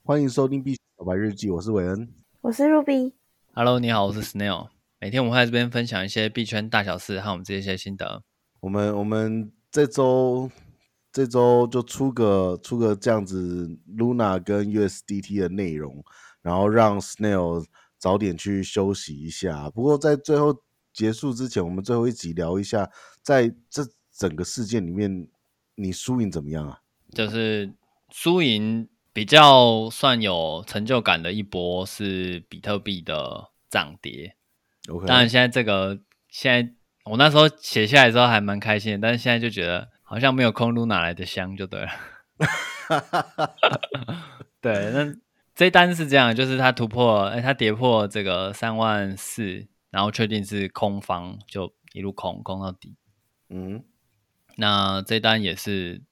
欢迎收听币小白日记，我是韦恩。 我是 Ruby。 Hello，你好，我是 Snail。每天我们会在这边分享一些币圈大小事和我们这些心得。 我们这周就出个这样子 Luna 跟 USDT 的内容，然后让 Snail 早点去休息一下。不过在最后结束之前，我们最后一集聊一下，在这整个事件里面，你输赢怎么样啊？ 就是输赢比较算有成就感的一波是比特币的涨跌。 OK， 当然现在我那时候写下来的时候还蛮开心的，但是现在就觉得好像没有空 Luna 来的香就对了。对，那这一单是这样，就是它它跌破这个34000，然后确定是空方，就一路空到底。那这单也是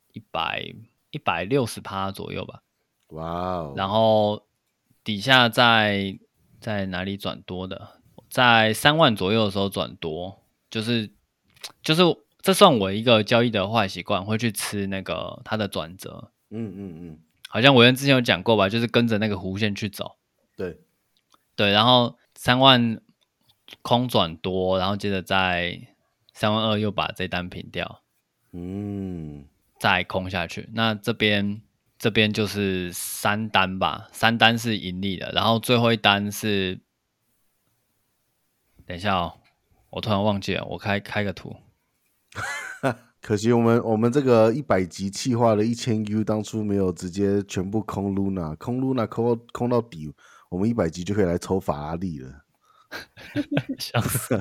160%左右吧。 哇哦！ 然后底下在哪里转多的？在3万左右的时候转多，就是这算我一个交易的坏习惯，会去吃那个它的转折。好像我之前有讲过吧，就是跟着那个弧线去走。对，然后3万空转多，然后接着在32000又把这单平掉，再空下去。那这边就是3单吧，3单是盈利的，然后最后一单是，等一下哦，我突然忘记了，我开个图。 可惜我们这个100集企划的1000U 当初没有直接全部空 Luna， 空 Luna 空到底，我们100集就可以来抽法拉利了。 笑死！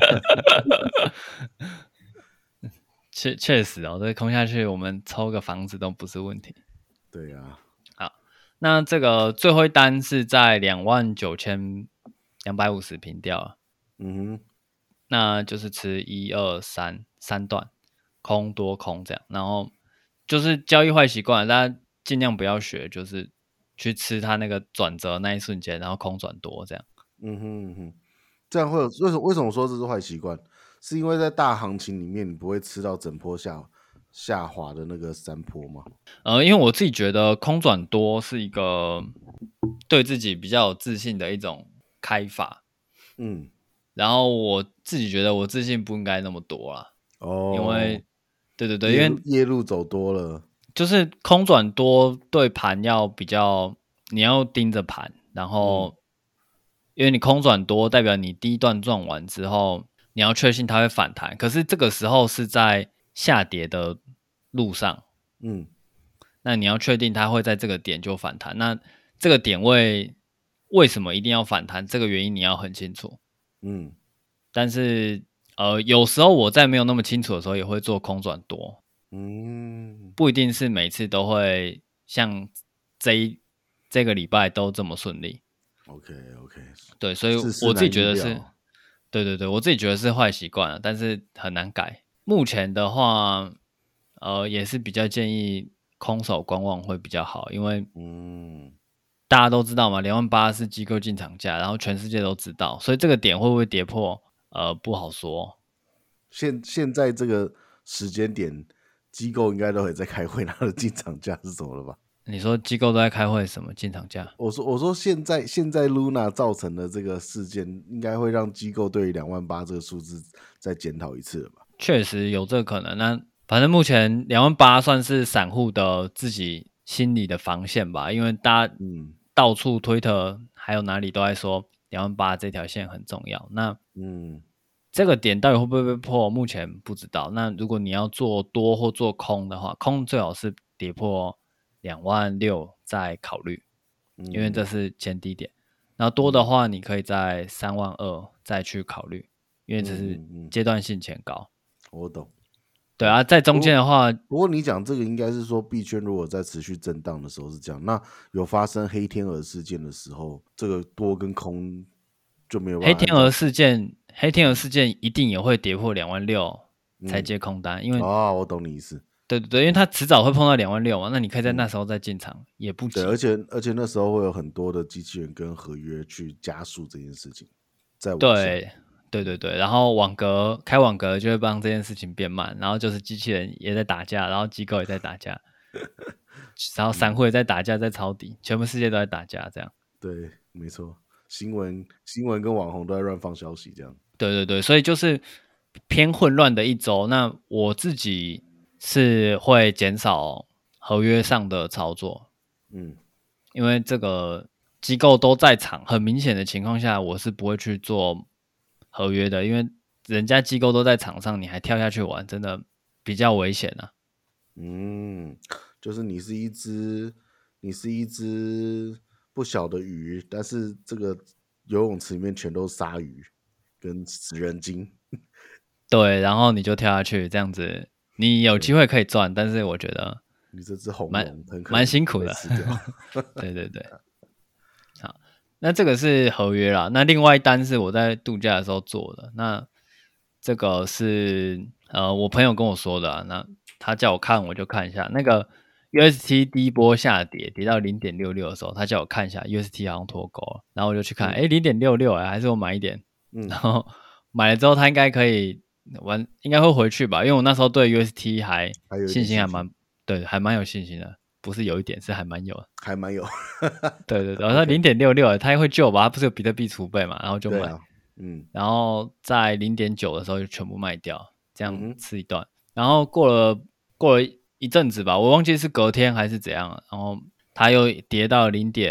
确实哦，这空下去，我们抽个房子都不是问题。 对啊。 好，那这个最后一单是在29250平掉了。那就是吃3段空多空这样，然后就是交易坏习惯，大家尽量不要学，就是去吃它那个转折那一瞬间，然后空转多这样。 这样会有为什么说这是坏习惯？是因为在大行情里面你不会吃到整波下滑的那个山坡吗？ 因为我自己觉得空转多是一个对自己比较有自信的一种开法。然后我自己觉得我自信不应该那么多啦。因为对，因为夜路走多了， 就是空转多对盘要比较，你要盯着盘，然后因为你空转多代表你第一段赚完之后，你要确信它会反弹，可是这个时候是在下跌的路上，那你要确定它会在这个点就反弹，那这个点位为什么一定要反弹，这个原因你要很清楚。但是有时候我在没有那么清楚的时候也会做空转多，不一定是每次都会像这个礼拜都这么顺利。 OK， 对，所以我自己觉得是，对，我自己觉得是坏习惯了，但是很难改。目前的话，也是比较建议空手观望会比较好，因为大家都知道嘛，28000是机构进场价，然后全世界都知道，所以这个点会不会跌破，不好说。 现在这个时间点，机构应该都会在开会，它的进场价是什么了吧？ 你说机构都在开会，什么进场价？ 我说现在 Luna 造成的这个事件，应该会让机构对28000这个数字再检讨一次了吧？ 确实有这个可能。那反正目前28000算是散户的自己心里的防线吧，因为大家到处推特还有哪里都在说28000这条线很重要。那这个点到底会不会被破？目前不知道。那如果你要做多或做空的话，空最好是跌破26000再考虑，因为这是前低点。然后多的话，你可以在32000再去考虑，因为这是阶段性前高。 我懂。 对啊，在中间的话， 不过你讲这个应该是说币圈如果在持续震荡的时候是这样，那有发生黑天鹅事件的时候，这个多跟空就没有办法。 黑天鹅事件一定也会跌破26000才接空单，因为我懂你意思。 对，因为它迟早会碰到26000嘛，那你可以在那时候再进场，也不急。 对，而且那时候会有很多的机器人跟合约去加速这件事情，在往下。 对，然后开网格就会帮这件事情变慢，然后就是机器人也在打架，然后机构也在打架。 然后散户也在打架，在抄底，全部世界都在打架，这样。 对，没错，新闻跟网红都在乱放消息，这样。 对对对，所以就是偏混乱的一周。那我自己是会减少合约上的操作，因为这个机构都在场，很明显的情况下，我是不会去做合约的，因为人家机构都在场上，你还跳下去玩，真的比较危险啊。 就是你是一只不小的鱼，但是这个游泳池里面全都是鲨鱼跟食人精。 对，然后你就跳下去，这样子你有机会可以赚，但是我觉得你这只红蛮龙很可蛮能辛苦的。 被吃掉。 对对对，好，那这个是合约啦。那另外一单是我在度假的时候做的，那这个是我朋友跟我说的啊，那他叫我看我就看一下那个 UST 第一波下跌到0.66的时候，他叫我看一下 UST 好像脱钩了，然后我就去看，0.66还是我买一点，然后买了之后他应该可以应该会回去吧，因为我那时候对 UST 还有一信点信心， 对，还蛮有信心的，不是有一点，是还蛮有的。 还蛮有。 对对对，我说0.66，它会救吧？它不是有比特币储备嘛，然后就买， 对啊， 然后在0.9的时候就全部卖掉，这样哼， 吃一段。然后过了一阵子吧，我忘记是隔天还是怎样了，然后它又跌到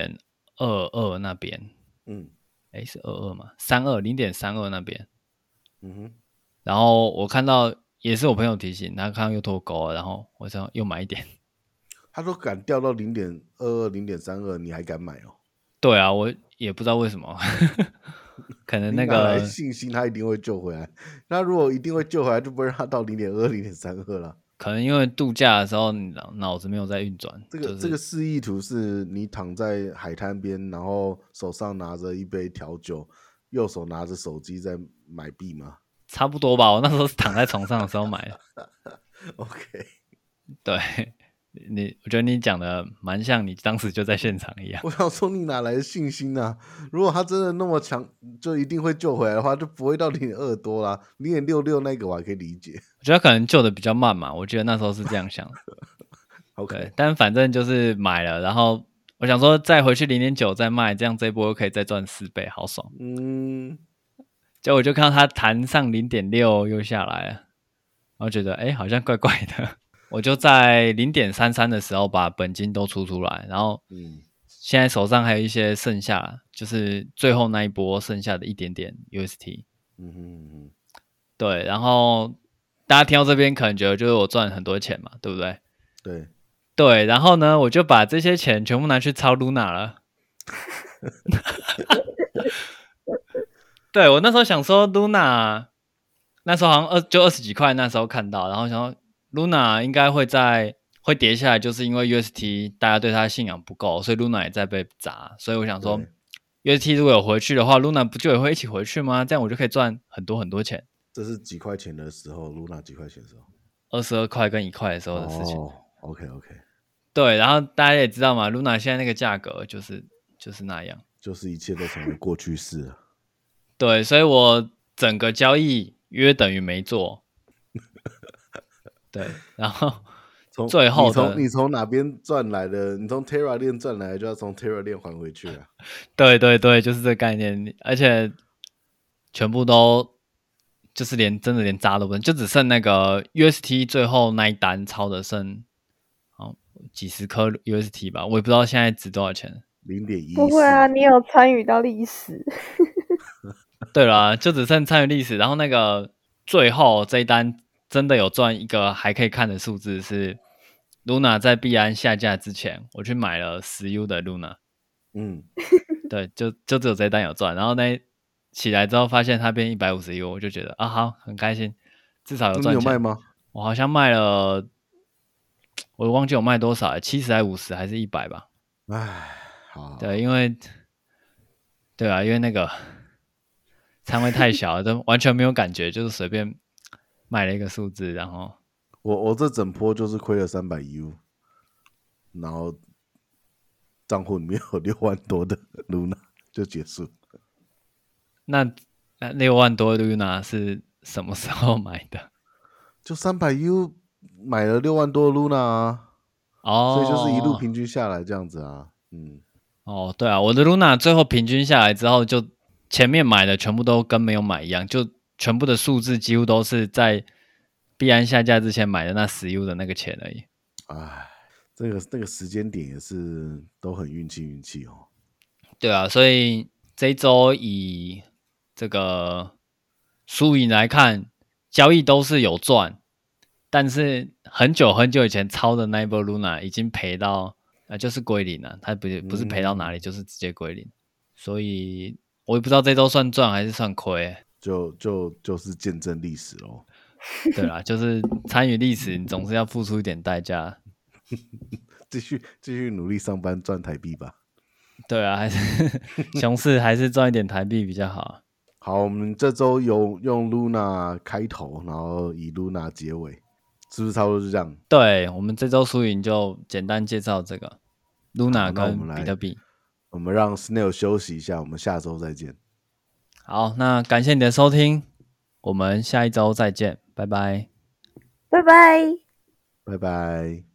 0.22那边，是22吗？0.32那边，然后我看到也是我朋友提醒，他看到又脱钩了，然后我想又买一点。 他都敢掉到0.22、0.32，你还敢买哦？ 对啊，我也不知道为什么，可能那你哪来个信心他一定会救回来？那如果一定会救回来，就不会让他到0.2、0.32了。 可能因为度假的时候脑子没有在运转， 这个示意图是你躺在海滩边，然后手上拿着一杯调酒，右手拿着手机在买币吗？ 差不多吧。我那时候是躺在床上的时候买的。 OK， 对我觉得你讲的蛮像你当时就在现场一样。 我想说你哪来的信心啊？如果他真的那么强，就一定会救回来的话，就不会到0.2多啦。0.66那个我还可以理解。 我觉得可能救的比较慢嘛，我觉得那时候是这样想的。 OK， 对，但反正就是买了，然后我想说再回去0.9再卖，这样这一波又可以再赚4倍，好爽。结果我就看到它弹上0.6又下来了，然后觉得好像怪怪的，我就在0.33的时候把本金都出来，然后现在手上还有一些剩下，就是最后那一波剩下的一点点 UST。对，然后大家听到这边可能觉得就是我赚很多钱嘛，对不对？对，然后呢，我就把这些钱全部拿去抄 Luna 了。对，我那时候想说 Luna， 那时候好像就20几块，那时候看到，然后想说 Luna 应该会跌下来，就是因为 UST 大家对它的信仰不够，所以 Luna 也在被砸，所以我想说 UST 如果有回去的话 ，Luna 不就也会一起回去吗？这样我就可以赚很多很多钱。 这是几块钱的时候，Luna 几块钱的时候 ？22块跟1块的时候的事情。 OK， 对，然后大家也知道嘛 ，Luna 现在那个价格就是那样， 就是一切都成为过去式了。 对，所以我整个交易约等于没做。对，然后最后你从哪边赚来的？你从 Terra 链赚来的，就要从 Terra 链还回去啊。 对对对，就是这个概念，而且全部都就是真的连渣都不能，就只剩那个 UST 最后那一单抄的剩几十颗 UST 吧，我也不知道现在值多少钱。 0.14。 不会啊，你有参与到历史。 对啦，就只剩参与历史，然后那个最后这一单真的有赚一个还可以看的数字是 Luna 在币安下架之前，我去买了10U 的 Luna。对，就只有这一单有赚，然后起来之后发现它变150U，我就觉得好，很开心，至少有赚钱。 你有卖吗？ 我好像卖了，我忘记我卖多少了，70还50还是100吧。 好。 对，因为那个仓位太小了，都完全没有感觉，就是随便买了一个数字，然后我这整波就是亏了300U，然后账户里面有6万多的 Luna 就结束。 那6万多 Luna 是什么时候买的？ 就300U 买了6万多 Luna 啊。 哦， 所以就是一路平均下来这样子啊。 哦，对啊，我的 Luna 最后平均下来之后，就前面买的全部都跟没有买一样，就全部的数字几乎都是在币安下架之前买的那10U 的那个钱而已。 哎，那个时间点也是都很运气哦。 对啊，所以这一周以这个输赢来看，交易都是有赚，但是很久很久以前抄的那一波 Luna 已经赔到就是归零了，它不是赔到哪里，就是直接归零，所以我也不知道这周算赚还是算亏。 就是见证历史咯。 对啦，就是参与历史，你总是要付出一点代价。 继续努力上班赚台币吧。 对啊，还是熊市还是赚一点台币比较好。 好，我们这周用 Luna 开头，然后以 Luna 结尾，是不是差不多是这样？ 对，我们这周输赢就简单介绍这个 Luna 好，那我跟们来， 比特币。 我们让 Snail 休息一下，我们下周再见。 好，那感谢你的收听，我们下一周再见，拜拜。 拜拜。 拜拜。